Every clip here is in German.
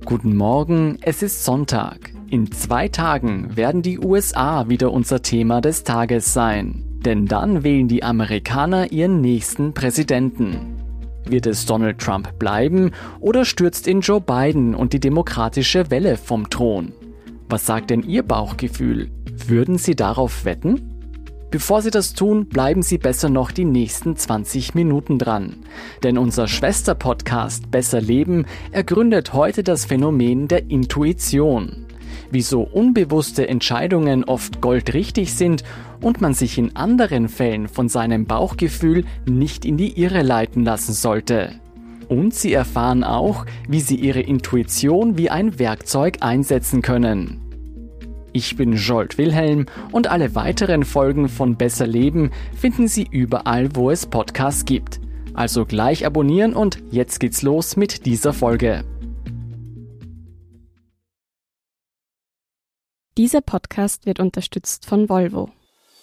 Guten Morgen, es ist Sonntag. In 2 Tagen werden die USA wieder unser Thema des Tages sein. Denn dann wählen die Amerikaner ihren nächsten Präsidenten. Wird es Donald Trump bleiben oder stürzt ihn Joe Biden und die demokratische Welle vom Thron? Was sagt denn Ihr Bauchgefühl? Würden Sie darauf wetten? Bevor Sie das tun, bleiben Sie besser noch die nächsten 20 Minuten dran. Denn unser Schwester-Podcast Besser Leben ergründet heute das Phänomen der Intuition. Wieso unbewusste Entscheidungen oft goldrichtig sind und man sich in anderen Fällen von seinem Bauchgefühl nicht in die Irre leiten lassen sollte. Und Sie erfahren auch, wie Sie Ihre Intuition wie ein Werkzeug einsetzen können. Ich bin Jolt Wilhelm und alle weiteren Folgen von Besser Leben finden Sie überall, wo es Podcasts gibt. Also gleich abonnieren und jetzt geht's los mit dieser Folge. Dieser Podcast wird unterstützt von Volvo.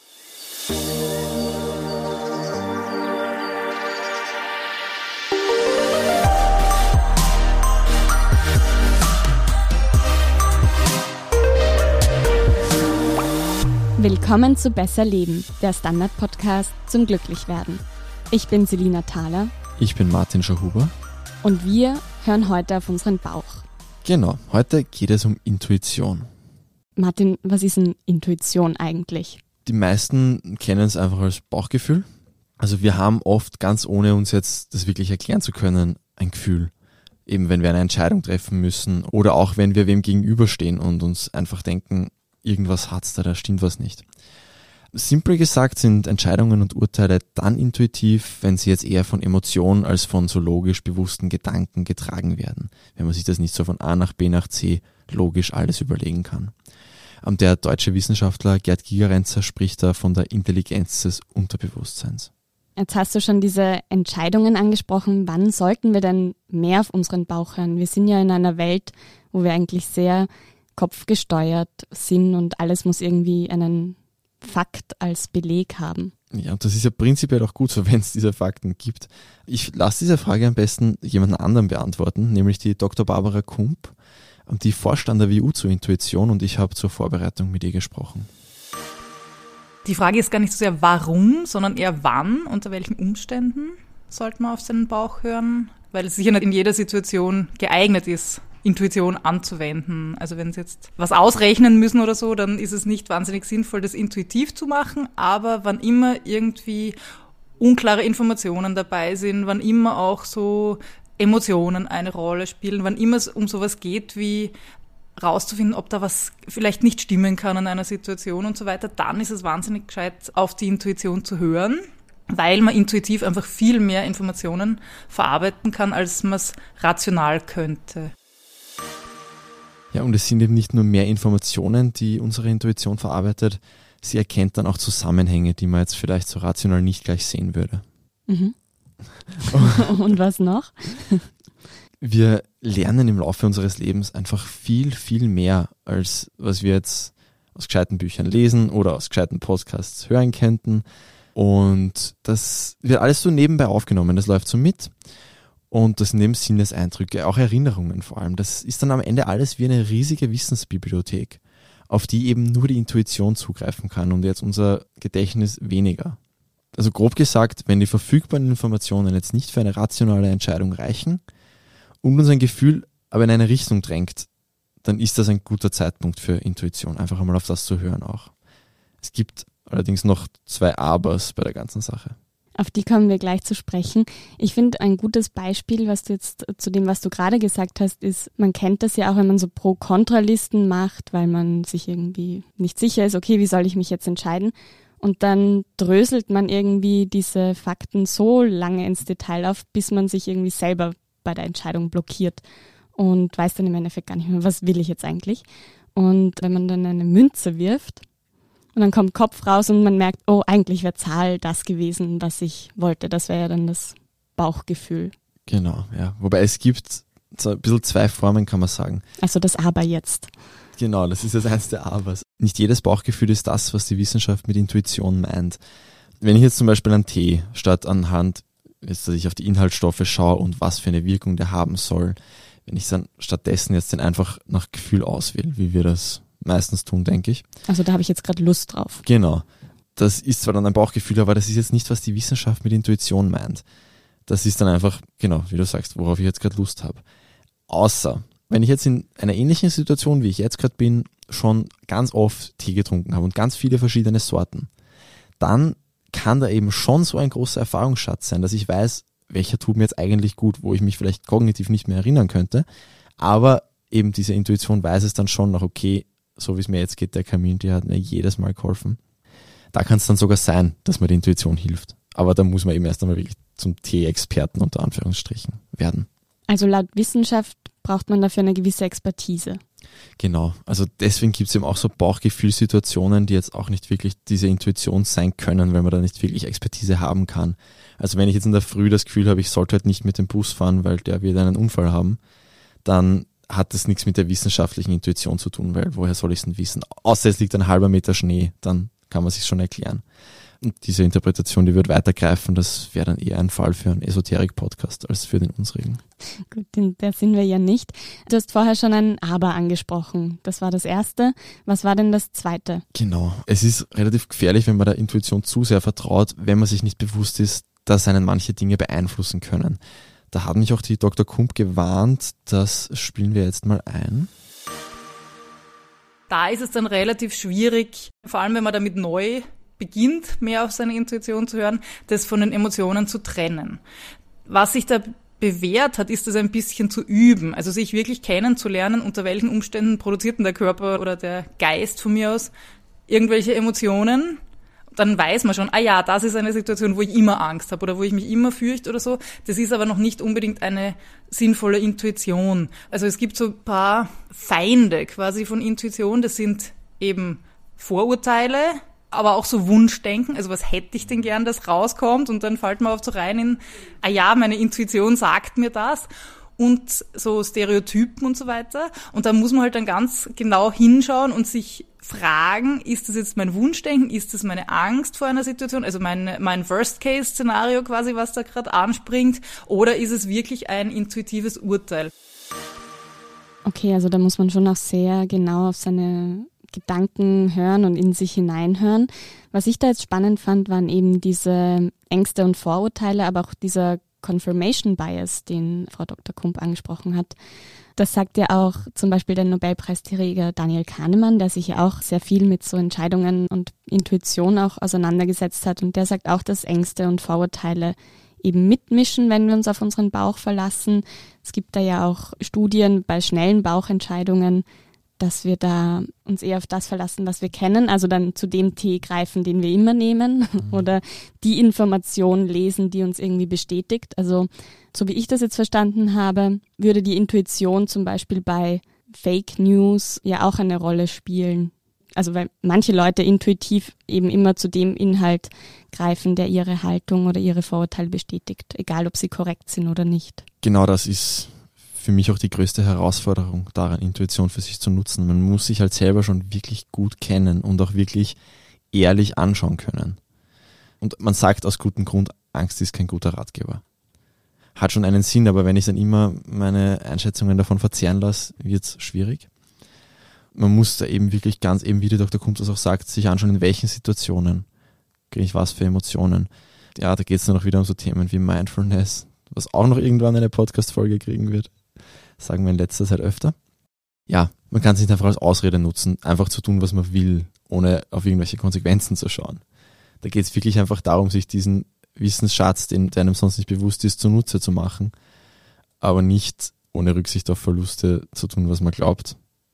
Willkommen zu Besser Leben, der Standard-Podcast zum Glücklichwerden. Ich bin Selina Thaler. Ich bin Martin Schauhuber. Und wir hören heute auf unseren Bauch. Genau, heute geht es um Intuition. Martin, was ist denn Intuition eigentlich? Die meisten kennen es einfach als Bauchgefühl. Also wir haben oft, ganz ohne uns jetzt das wirklich erklären zu können, ein Gefühl. Eben wenn wir eine Entscheidung treffen müssen oder auch wenn wir wem gegenüberstehen und uns einfach denken, irgendwas hat's da stimmt was nicht. Simpel gesagt sind Entscheidungen und Urteile dann intuitiv, wenn sie jetzt eher von Emotionen als von so logisch bewussten Gedanken getragen werden. Wenn man sich das nicht so von A nach B nach C logisch alles überlegen kann. Der deutsche Wissenschaftler Gerd Gigerenzer spricht da von der Intelligenz des Unterbewusstseins. Jetzt hast du schon diese Entscheidungen angesprochen. Wann sollten wir denn mehr auf unseren Bauch hören? Wir sind ja in einer Welt, wo wir eigentlich sehr kopfgesteuert sind und alles muss irgendwie einen Fakt als Beleg haben. Ja, und das ist ja prinzipiell auch gut so, wenn es diese Fakten gibt. Ich lasse diese Frage am besten jemanden anderen beantworten, nämlich die Dr. Barbara Kump, die forscht an der WU zur Intuition und ich habe zur Vorbereitung mit ihr gesprochen. Die Frage ist gar nicht so sehr warum, sondern eher wann, unter welchen Umständen sollte man auf seinen Bauch hören, weil es sicher nicht in jeder Situation geeignet ist, Intuition anzuwenden. Also wenn Sie jetzt was ausrechnen müssen oder so, dann ist es nicht wahnsinnig sinnvoll, das intuitiv zu machen, aber wann immer irgendwie unklare Informationen dabei sind, wann immer auch so Emotionen eine Rolle spielen, wann immer es um sowas geht wie rauszufinden, ob da was vielleicht nicht stimmen kann an einer Situation und so weiter, dann ist es wahnsinnig gescheit, auf die Intuition zu hören, weil man intuitiv einfach viel mehr Informationen verarbeiten kann, als man es rational könnte. Ja, und es sind eben nicht nur mehr Informationen, die unsere Intuition verarbeitet, sie erkennt dann auch Zusammenhänge, die man jetzt vielleicht so rational nicht gleich sehen würde. Mhm. Und was noch? Wir lernen im Laufe unseres Lebens einfach viel, viel mehr, als was wir jetzt aus gescheiten Büchern lesen oder aus gescheiten Podcasts hören könnten. Und das wird alles so nebenbei aufgenommen, das läuft so mit. Und das sind eben Sinneseindrücke, auch Erinnerungen vor allem. Das ist dann am Ende alles wie eine riesige Wissensbibliothek, auf die eben nur die Intuition zugreifen kann und jetzt unser Gedächtnis weniger. Also grob gesagt, wenn die verfügbaren Informationen jetzt nicht für eine rationale Entscheidung reichen und uns ein Gefühl aber in eine Richtung drängt, dann ist das ein guter Zeitpunkt für Intuition, einfach einmal auf das zu hören auch. Es gibt allerdings noch 2 Abers bei der ganzen Sache. Auf die kommen wir gleich zu sprechen. Ich finde, ein gutes Beispiel, was du jetzt zu dem, was du gerade gesagt hast, ist, man kennt das ja auch, wenn man so Pro-Kontra-Listen macht, weil man sich irgendwie nicht sicher ist, okay, wie soll ich mich jetzt entscheiden? Und dann dröselt man irgendwie diese Fakten so lange ins Detail auf, bis man sich irgendwie selber bei der Entscheidung blockiert und weiß dann im Endeffekt gar nicht mehr, was will ich jetzt eigentlich? Und wenn man dann eine Münze wirft, und dann kommt Kopf raus und man merkt, oh, eigentlich wäre Zahl das gewesen, was ich wollte. Das wäre ja dann das Bauchgefühl. Genau, ja. Wobei es gibt so ein bisschen 2 Formen, kann man sagen. Also das Aber jetzt. Genau, das ist jetzt eins der Abers. Nicht jedes Bauchgefühl ist das, was die Wissenschaft mit Intuition meint. Wenn ich jetzt zum Beispiel an Tee statt anhand, dass ich auf die Inhaltsstoffe schaue und was für eine Wirkung der haben soll, wenn ich dann stattdessen jetzt den einfach nach Gefühl auswähle, wie wir das meistens tun, denke ich. Also da habe ich jetzt gerade Lust drauf. Genau. Das ist zwar dann ein Bauchgefühl, aber das ist jetzt nicht, was die Wissenschaft mit Intuition meint. Das ist dann einfach, genau, wie du sagst, worauf ich jetzt gerade Lust habe. Außer, wenn ich jetzt in einer ähnlichen Situation, wie ich jetzt gerade bin, schon ganz oft Tee getrunken habe und ganz viele verschiedene Sorten, dann kann da eben schon so ein großer Erfahrungsschatz sein, dass ich weiß, welcher tut mir jetzt eigentlich gut, wo ich mich vielleicht kognitiv nicht mehr erinnern könnte, aber eben diese Intuition weiß es dann schon noch, okay, so wie es mir jetzt geht, der Community hat mir jedes Mal geholfen. Da kann es dann sogar sein, dass mir die Intuition hilft. Aber da muss man eben erst einmal wirklich zum Tee-Experten unter Anführungsstrichen werden. Also laut Wissenschaft braucht man dafür eine gewisse Expertise. Genau, also deswegen gibt es eben auch so Bauchgefühlsituationen, die jetzt auch nicht wirklich diese Intuition sein können, weil man da nicht wirklich Expertise haben kann. Also wenn ich jetzt in der Früh das Gefühl habe, ich sollte halt nicht mit dem Bus fahren, weil der wird einen Unfall haben, dann hat das nichts mit der wissenschaftlichen Intuition zu tun, weil woher soll ich es denn wissen? Außer es liegt ein halber Meter Schnee, dann kann man sich schon erklären. Und diese Interpretation, die wird weitergreifen, das wäre dann eher ein Fall für einen Esoterik-Podcast als für den unsrigen. Gut, da sind wir ja nicht. Du hast vorher schon ein Aber angesprochen. Das war das erste. Was war denn das zweite? Genau. Es ist relativ gefährlich, wenn man der Intuition zu sehr vertraut, wenn man sich nicht bewusst ist, dass einen manche Dinge beeinflussen können. Da hat mich auch die Dr. Kump gewarnt, das spielen wir jetzt mal ein. Da ist es dann relativ schwierig, vor allem wenn man damit neu beginnt, mehr auf seine Intuition zu hören, das von den Emotionen zu trennen. Was sich da bewährt hat, ist das ein bisschen zu üben, also sich wirklich kennenzulernen, unter welchen Umständen produziert denn der Körper oder der Geist von mir aus irgendwelche Emotionen. Dann weiß man schon, das ist eine Situation, wo ich immer Angst habe oder wo ich mich immer fürchte oder so. Das ist aber noch nicht unbedingt eine sinnvolle Intuition. Also es gibt so ein paar Feinde quasi von Intuition. Das sind eben Vorurteile, aber auch so Wunschdenken. Also was hätte ich denn gern, das rauskommt? Und dann fällt man oft so rein in, meine Intuition sagt mir das. Und so Stereotypen und so weiter. Und da muss man halt dann ganz genau hinschauen und sich fragen, ist das jetzt mein Wunschdenken, ist das meine Angst vor einer Situation, also mein Worst-Case-Szenario quasi, was da gerade anspringt, oder ist es wirklich ein intuitives Urteil? Okay, also da muss man schon auch sehr genau auf seine Gedanken hören und in sich hineinhören. Was ich da jetzt spannend fand, waren eben diese Ängste und Vorurteile, aber auch dieser Confirmation Bias, den Frau Dr. Kump angesprochen hat. Das sagt ja auch zum Beispiel der Nobelpreisträger Daniel Kahnemann, der sich ja auch sehr viel mit so Entscheidungen und Intuition auch auseinandergesetzt hat. Und der sagt auch, dass Ängste und Vorurteile eben mitmischen, wenn wir uns auf unseren Bauch verlassen. Es gibt da ja auch Studien bei schnellen Bauchentscheidungen, dass wir da uns eher auf das verlassen, was wir kennen, also dann zu dem Tee greifen, den wir immer nehmen oder die Information lesen, die uns irgendwie bestätigt. Also so wie ich das jetzt verstanden habe, würde die Intuition zum Beispiel bei Fake News ja auch eine Rolle spielen. Also weil manche Leute intuitiv eben immer zu dem Inhalt greifen, der ihre Haltung oder ihre Vorurteile bestätigt, egal ob sie korrekt sind oder nicht. Genau, das ist für mich auch die größte Herausforderung daran, Intuition für sich zu nutzen. Man muss sich halt selber schon wirklich gut kennen und auch wirklich ehrlich anschauen können. Und man sagt aus gutem Grund, Angst ist kein guter Ratgeber. Hat schon einen Sinn, aber wenn ich dann immer meine Einschätzungen davon verzehren lasse, wird es schwierig. Man muss da eben wirklich ganz, eben wie die Dr. Kump das auch sagt, sich anschauen, in welchen Situationen kriege ich was für Emotionen. Ja, da geht es dann auch wieder um so Themen wie Mindfulness, was auch noch irgendwann eine Podcast-Folge kriegen wird. Sagen wir in letzter Zeit öfter. Ja, man kann es nicht einfach als Ausrede nutzen, einfach zu tun, was man will, ohne auf irgendwelche Konsequenzen zu schauen. Da geht es wirklich einfach darum, sich diesen Wissensschatz, der einem sonst nicht bewusst ist, zunutze zu machen, aber nicht ohne Rücksicht auf Verluste zu tun, was man glaubt.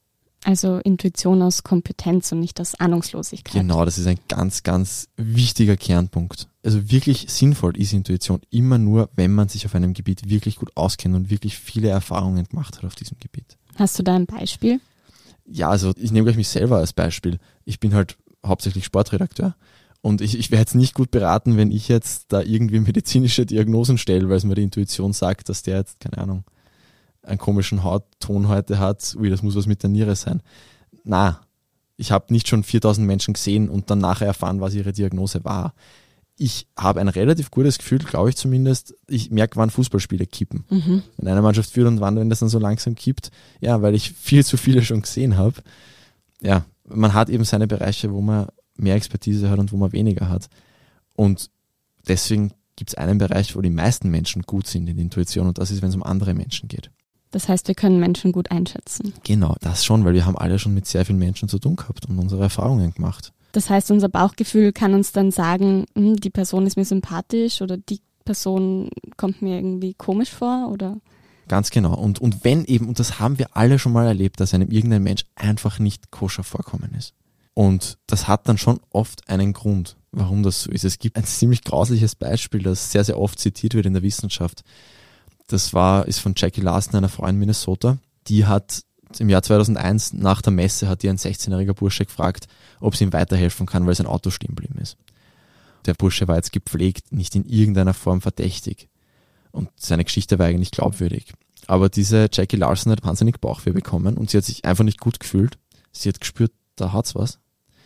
Also Intuition aus Kompetenz und nicht aus Ahnungslosigkeit. Genau, das ist ein ganz, ganz wichtiger Kernpunkt. Also wirklich sinnvoll ist Intuition immer nur, wenn man sich auf einem Gebiet wirklich gut auskennt und wirklich viele Erfahrungen gemacht hat auf diesem Gebiet. Hast du da ein Beispiel? Ja, also ich nehme gleich mich selber als Beispiel. Ich bin halt hauptsächlich Sportredakteur und ich wäre jetzt nicht gut beraten, wenn ich jetzt da irgendwie medizinische Diagnosen stelle, weil es mir die Intuition sagt, dass der jetzt, keine Ahnung, einen komischen Hautton heute hat, das muss was mit der Niere sein. Na, ich habe nicht schon 4000 Menschen gesehen und dann nachher erfahren, was ihre Diagnose war. Ich habe ein relativ gutes Gefühl, glaube ich zumindest. Ich merke, wann Fußballspiele kippen. Wenn eine Mannschaft führt und wann, wenn das dann so langsam kippt. Ja, weil ich viel zu viele schon gesehen habe. Ja, man hat eben seine Bereiche, wo man mehr Expertise hat und wo man weniger hat. Und deswegen gibt es einen Bereich, wo die meisten Menschen gut sind in Intuition, und das ist, wenn es um andere Menschen geht. Das heißt, wir können Menschen gut einschätzen. Genau, das schon, weil wir haben alle schon mit sehr vielen Menschen zu tun gehabt und unsere Erfahrungen gemacht. Das heißt, unser Bauchgefühl kann uns dann sagen, die Person ist mir sympathisch oder die Person kommt mir irgendwie komisch vor, oder? Ganz genau. Und wenn eben, und das haben wir alle schon mal erlebt, dass einem irgendein Mensch einfach nicht koscher vorkommen ist. Und das hat dann schon oft einen Grund, warum das so ist. Es gibt ein ziemlich grausliches Beispiel, das sehr, sehr oft zitiert wird in der Wissenschaft. Das ist von Jackie Larson, einer Frau in Minnesota. Die hat im Jahr 2001 nach der Messe hat ihr ein 16-jähriger Bursche gefragt, ob sie ihm weiterhelfen kann, weil sein Auto stehen geblieben ist. Der Bursche war jetzt gepflegt, nicht in irgendeiner Form verdächtig. Und seine Geschichte war eigentlich glaubwürdig. Aber diese Jackie Larson hat wahnsinnig Bauchweh bekommen und sie hat sich einfach nicht gut gefühlt. Sie hat gespürt, da hat's was.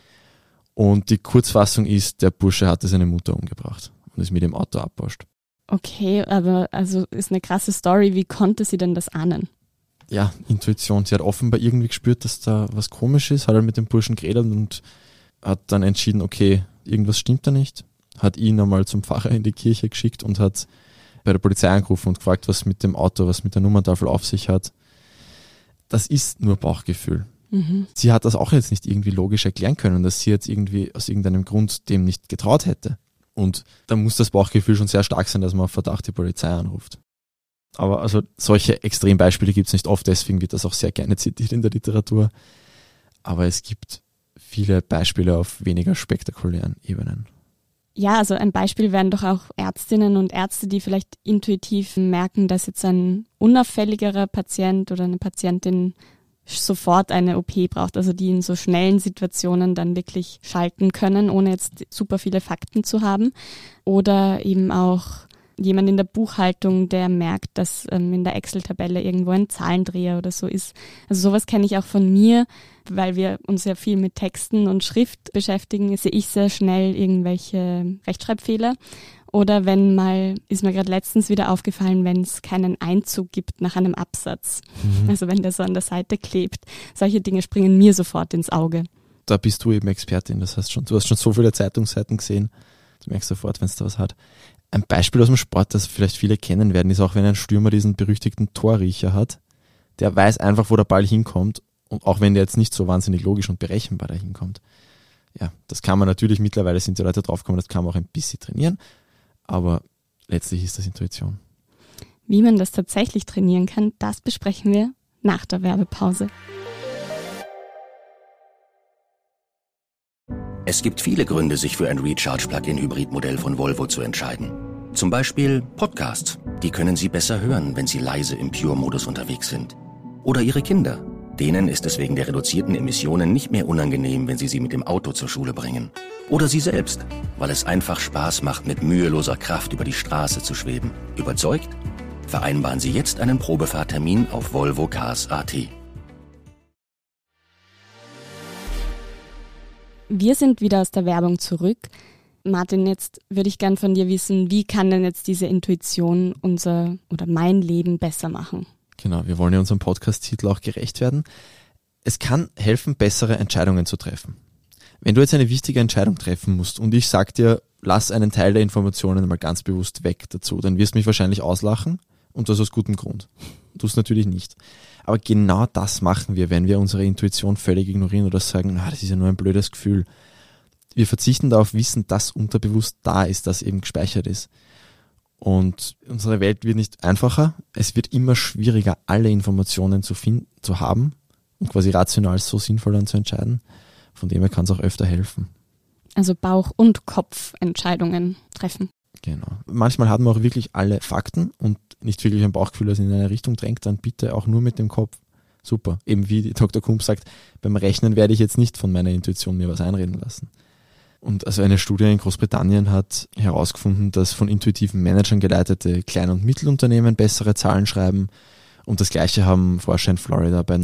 Und die Kurzfassung ist, der Bursche hatte seine Mutter umgebracht und ist mit dem Auto abbauscht. Okay, aber also ist eine krasse Story. Wie konnte sie denn das ahnen? Ja, Intuition. Sie hat offenbar irgendwie gespürt, dass da was komisch ist, hat halt mit dem Burschen geredet und hat dann entschieden, okay, irgendwas stimmt da nicht. Hat ihn einmal zum Pfarrer in die Kirche geschickt und hat bei der Polizei angerufen und gefragt, was mit dem Auto, was mit der Nummerntafel auf sich hat. Das ist nur Bauchgefühl. Sie hat das auch jetzt nicht irgendwie logisch erklären können, dass sie jetzt irgendwie aus irgendeinem Grund dem nicht getraut hätte. Und da muss das Bauchgefühl schon sehr stark sein, dass man auf Verdacht die Polizei anruft. Aber also solche Extrembeispiele gibt es nicht oft, deswegen wird das auch sehr gerne zitiert in der Literatur. Aber es gibt viele Beispiele auf weniger spektakulären Ebenen. Ja, also ein Beispiel wären doch auch Ärztinnen und Ärzte, die vielleicht intuitiv merken, dass jetzt ein unauffälligerer Patient oder eine Patientin sofort eine OP braucht, also die in so schnellen Situationen dann wirklich schalten können, ohne jetzt super viele Fakten zu haben. Oder eben auch jemand in der Buchhaltung, der merkt, dass in der Excel-Tabelle irgendwo ein Zahlendreher oder so ist. Also sowas kenne ich auch von mir, weil wir uns ja viel mit Texten und Schrift beschäftigen, sehe ich sehr schnell irgendwelche Rechtschreibfehler. Oder ist mir gerade letztens wieder aufgefallen, wenn es keinen Einzug gibt nach einem Absatz. Also wenn der so an der Seite klebt. Solche Dinge springen mir sofort ins Auge. Da bist du eben Expertin, das heißt schon, du hast schon so viele Zeitungsseiten gesehen, du merkst sofort, wenn es da was hat. Ein Beispiel aus dem Sport, das vielleicht viele kennen werden, ist auch, wenn ein Stürmer diesen berüchtigten Torriecher hat, der weiß einfach, wo der Ball hinkommt, und auch wenn der jetzt nicht so wahnsinnig logisch und berechenbar da hinkommt. Ja, das kann man natürlich, mittlerweile sind die Leute draufgekommen, das kann man auch ein bisschen trainieren, aber letztlich ist das Intuition. Wie man das tatsächlich trainieren kann, das besprechen wir nach der Werbepause. Es gibt viele Gründe, sich für ein Recharge-Plug-in-Hybrid-Modell von Volvo zu entscheiden. Zum Beispiel Podcasts. Die können Sie besser hören, wenn Sie leise im Pure-Modus unterwegs sind. Oder Ihre Kinder. Denen ist es wegen der reduzierten Emissionen nicht mehr unangenehm, wenn Sie sie mit dem Auto zur Schule bringen. Oder Sie selbst, weil es einfach Spaß macht, mit müheloser Kraft über die Straße zu schweben. Überzeugt? Vereinbaren Sie jetzt einen Probefahrtermin auf volvocars.at. Wir sind wieder aus der Werbung zurück. Martin, jetzt würde ich gern von dir wissen, wie kann denn jetzt diese Intuition mein Leben besser machen? Genau, wir wollen ja unserem Podcast-Titel auch gerecht werden. Es kann helfen, bessere Entscheidungen zu treffen. Wenn du jetzt eine wichtige Entscheidung treffen musst und ich sag dir, lass einen Teil der Informationen mal ganz bewusst weg dazu, dann wirst du mich wahrscheinlich auslachen und das aus gutem Grund. Du es natürlich nicht. Aber genau das machen wir, wenn wir unsere Intuition völlig ignorieren oder sagen, das ist ja nur ein blödes Gefühl. Wir verzichten darauf Wissen, das unterbewusst da ist, das eben gespeichert ist. Und unsere Welt wird nicht einfacher. Es wird immer schwieriger, alle Informationen zu haben und quasi rational so sinnvoll dann zu entscheiden. Von dem her kann es auch öfter helfen. Also Bauch- und Kopfentscheidungen treffen. Genau. Manchmal haben wir auch wirklich alle Fakten und nicht wirklich ein Bauchgefühl, das in eine Richtung drängt, dann bitte auch nur mit dem Kopf. Super. Eben wie Dr. Kump sagt, beim Rechnen werde ich jetzt nicht von meiner Intuition mir was einreden lassen. Und also eine Studie in Großbritannien hat herausgefunden, dass von intuitiven Managern geleitete Klein- und Mittelunternehmen bessere Zahlen schreiben. Und das Gleiche haben Forscher in Florida bei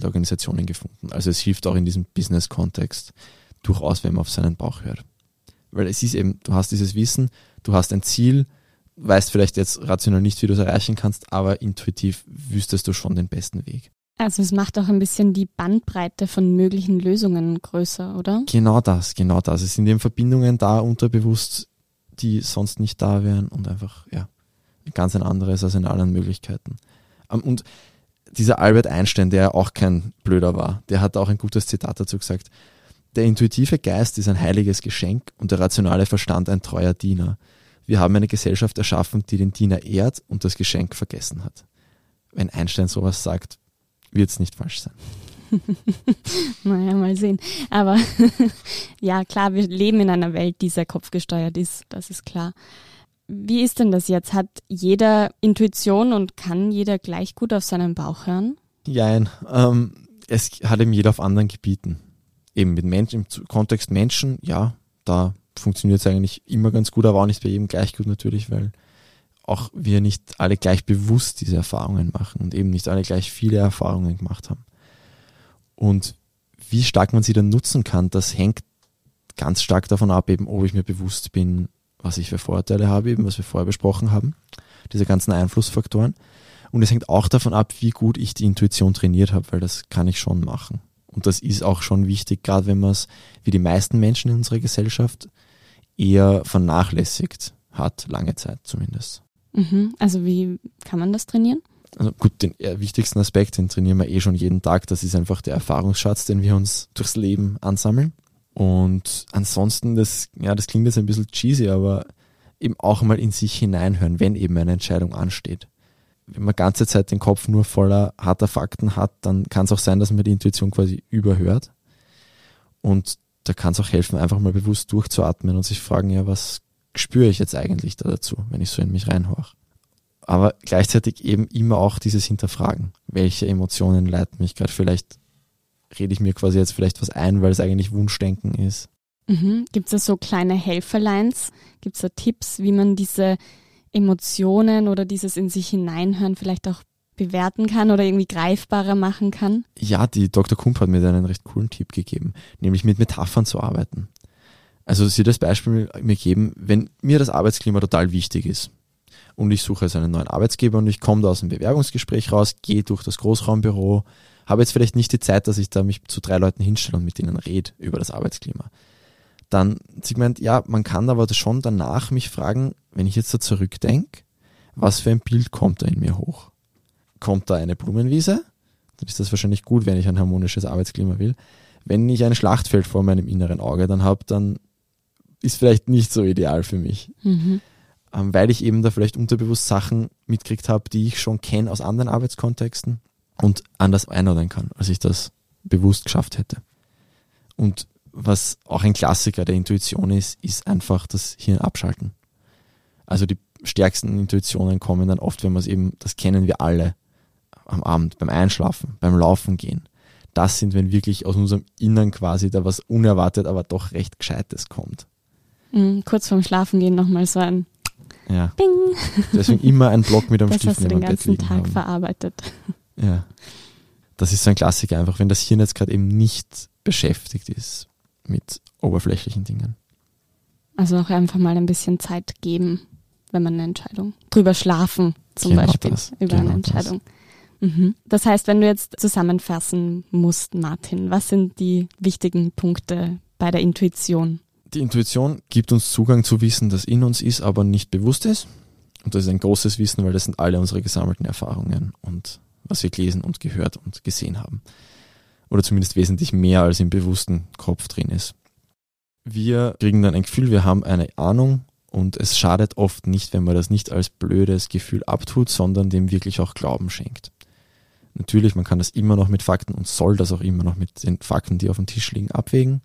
Non-Profit-Organisationen gefunden. Also es hilft auch in diesem Business-Kontext durchaus, wenn man auf seinen Bauch hört. Weil es ist eben, du hast dieses Wissen, du hast ein Ziel, weißt vielleicht jetzt rational nicht, wie du es erreichen kannst, aber intuitiv wüsstest du schon den besten Weg. Also es macht auch ein bisschen die Bandbreite von möglichen Lösungen größer, oder? Genau das. Es sind eben Verbindungen da unterbewusst, die sonst nicht da wären und einfach, ja, ganz ein anderes als in allen Möglichkeiten. Und dieser Albert Einstein, der ja auch kein Blöder war, der hat auch ein gutes Zitat dazu gesagt: Der intuitive Geist ist ein heiliges Geschenk und der rationale Verstand ein treuer Diener. Wir haben eine Gesellschaft erschaffen, die den Diener ehrt und das Geschenk vergessen hat. Wenn Einstein sowas sagt, wird es nicht falsch sein. Naja, mal sehen. Aber ja, klar, wir leben in einer Welt, die sehr kopfgesteuert ist, das ist klar. Wie ist denn das jetzt? Hat jeder Intuition und kann jeder gleich gut auf seinen Bauch hören? Jein, es hat eben jeder auf anderen Gebieten. Eben mit Menschen, im Kontext Menschen, ja, da funktioniert es eigentlich immer ganz gut, aber auch nicht bei jedem gleich gut natürlich, weil auch wir nicht alle gleich bewusst diese Erfahrungen machen und eben nicht alle gleich viele Erfahrungen gemacht haben. Und wie stark man sie dann nutzen kann, das hängt ganz stark davon ab, eben, ob ich mir bewusst bin, was ich für Vorteile habe, eben was wir vorher besprochen haben, diese ganzen Einflussfaktoren. Und es hängt auch davon ab, wie gut ich die Intuition trainiert habe, weil das kann ich schon machen. Und das ist auch schon wichtig, gerade wenn man es, wie die meisten Menschen in unserer Gesellschaft, eher vernachlässigt hat, lange Zeit zumindest. Also wie kann man das trainieren? Also gut, den wichtigsten Aspekt, den trainieren wir schon jeden Tag, das ist einfach der Erfahrungsschatz, den wir uns durchs Leben ansammeln. Und ansonsten, das klingt jetzt ein bisschen cheesy, aber eben auch mal in sich hineinhören, wenn eben eine Entscheidung ansteht. Wenn man ganze Zeit den Kopf nur voller harter Fakten hat, dann kann es auch sein, dass man die Intuition quasi überhört. Und da kann es auch helfen, einfach mal bewusst durchzuatmen und sich fragen, ja, was spüre ich jetzt eigentlich da dazu, wenn ich so in mich reinhorche. Aber gleichzeitig eben immer auch dieses Hinterfragen. Welche Emotionen leiten mich gerade? Vielleicht rede ich mir quasi jetzt vielleicht was ein, weil es eigentlich Wunschdenken ist. Gibt es da so kleine Helferlines? Gibt es da Tipps, wie man diese Emotionen oder dieses in sich hineinhören vielleicht auch bewerten kann oder irgendwie greifbarer machen kann? Ja, die Dr. Kump hat mir einen recht coolen Tipp gegeben, nämlich mit Metaphern zu arbeiten. Also sie hat das Beispiel mir gegeben, wenn mir das Arbeitsklima total wichtig ist und ich suche jetzt einen neuen Arbeitsgeber und ich komme da aus dem Bewerbungsgespräch raus, gehe durch das Großraumbüro, habe jetzt vielleicht nicht die Zeit, dass ich da mich zu 3 Leuten hinstelle und mit denen rede über das Arbeitsklima. Dann sie meint, ja, man kann aber schon danach mich fragen, wenn ich jetzt da zurückdenke, was für ein Bild kommt da in mir hoch? Kommt da eine Blumenwiese? Dann ist das wahrscheinlich gut, wenn ich ein harmonisches Arbeitsklima will. Wenn ich ein Schlachtfeld vor meinem inneren Auge dann habe, dann ist vielleicht nicht so ideal für mich. Weil ich eben da vielleicht unterbewusst Sachen mitgekriegt habe, die ich schon kenne aus anderen Arbeitskontexten und anders einordnen kann, als ich das bewusst geschafft hätte. Und was auch ein Klassiker der Intuition ist einfach das Hirn abschalten. Also die stärksten Intuitionen kommen dann oft, wenn man es eben, das kennen wir alle, am Abend, beim Einschlafen, beim Laufen gehen. Das sind, wenn wirklich aus unserem Innern quasi da was unerwartet, aber doch recht Gescheites kommt. Kurz vorm Schlafengehen nochmal so ein Bing. Deswegen immer ein Block mit einem das Stift hast du den neben dem Bett ganzen liegen Tag haben. verarbeitet. Ja, das ist so ein Klassiker einfach, wenn das Hirn jetzt gerade eben nicht beschäftigt ist mit oberflächlichen Dingen. Also auch einfach mal ein bisschen Zeit geben, wenn man eine Entscheidung, drüber schlafen zum Beispiel, über eine Entscheidung. Das heißt, wenn du jetzt zusammenfassen musst, Martin, was sind die wichtigen Punkte bei der Intuition? Die Intuition gibt uns Zugang zu Wissen, das in uns ist, aber nicht bewusst ist. Und das ist ein großes Wissen, weil das sind alle unsere gesammelten Erfahrungen und was wir gelesen und gehört und gesehen haben. Oder zumindest wesentlich mehr, als im bewussten Kopf drin ist. Wir kriegen dann ein Gefühl, wir haben eine Ahnung und es schadet oft nicht, wenn man das nicht als blödes Gefühl abtut, sondern dem wirklich auch Glauben schenkt. Natürlich, man kann das immer noch mit Fakten und soll das auch immer noch mit den Fakten, die auf dem Tisch liegen, abwägen.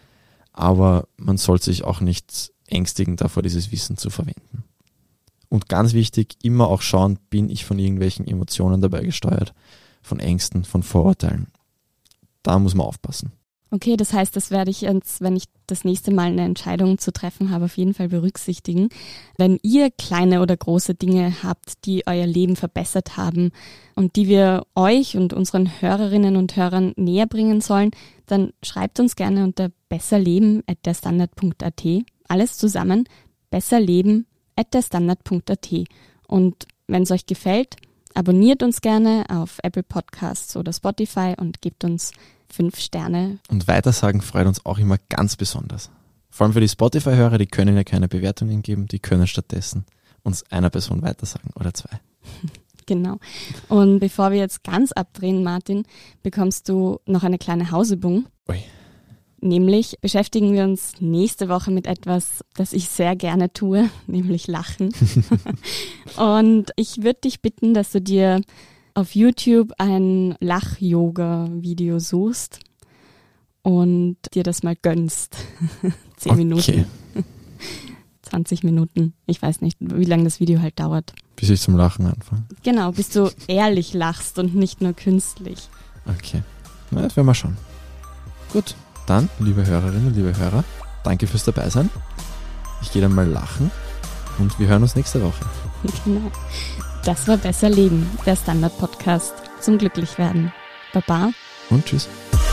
Aber man soll sich auch nicht ängstigen, davor dieses Wissen zu verwenden. Und ganz wichtig, immer auch schauen, bin ich von irgendwelchen Emotionen dabei gesteuert, von Ängsten, von Vorurteilen. Da muss man aufpassen. Okay, das heißt, das werde ich jetzt, wenn ich das nächste Mal eine Entscheidung zu treffen habe, auf jeden Fall berücksichtigen. Wenn ihr kleine oder große Dinge habt, die euer Leben verbessert haben und die wir euch und unseren Hörerinnen und Hörern näher bringen sollen, dann schreibt uns gerne unter besserleben@derstandard.at. alles zusammen besserleben@derstandard.at. Und wenn es euch gefällt, abonniert uns gerne auf Apple Podcasts oder Spotify und gebt uns 5 Sterne. Und Weitersagen freut uns auch immer ganz besonders. Vor allem für die Spotify-Hörer, die können ja keine Bewertungen geben, die können stattdessen uns einer Person weitersagen oder 2. Genau. Und bevor wir jetzt ganz abdrehen, Martin, bekommst du noch eine kleine Hausübung. Ui. Nämlich beschäftigen wir uns nächste Woche mit etwas, das ich sehr gerne tue, nämlich Lachen. Und ich würde dich bitten, dass du dir auf YouTube ein Lach-Yoga-Video suchst und dir das mal gönnst. 10 Minuten. 20 Minuten. Ich weiß nicht, wie lange das Video halt dauert. Bis ich zum Lachen anfange. Genau, bis du ehrlich lachst und nicht nur künstlich. Okay, na, das werden wir schauen. Gut, dann, liebe Hörerinnen, liebe Hörer, danke fürs Dabeisein. Ich gehe dann mal lachen und wir hören uns nächste Woche. Genau. Das war Besser Leben, der Standard-Podcast zum Glücklichwerden. Baba. Und tschüss.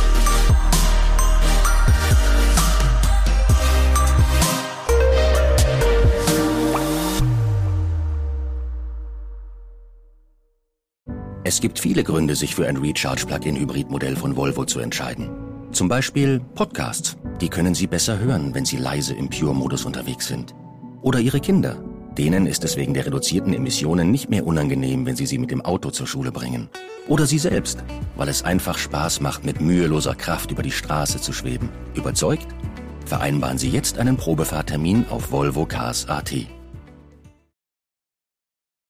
Es gibt viele Gründe, sich für ein Recharge-Plug-in-Hybrid-Modell von Volvo zu entscheiden. Zum Beispiel Podcasts. Die können Sie besser hören, wenn Sie leise im Pure-Modus unterwegs sind. Oder Ihre Kinder. Denen ist es wegen der reduzierten Emissionen nicht mehr unangenehm, wenn Sie sie mit dem Auto zur Schule bringen. Oder Sie selbst, weil es einfach Spaß macht, mit müheloser Kraft über die Straße zu schweben. Überzeugt? Vereinbaren Sie jetzt einen Probefahrtermin auf volvocars.at.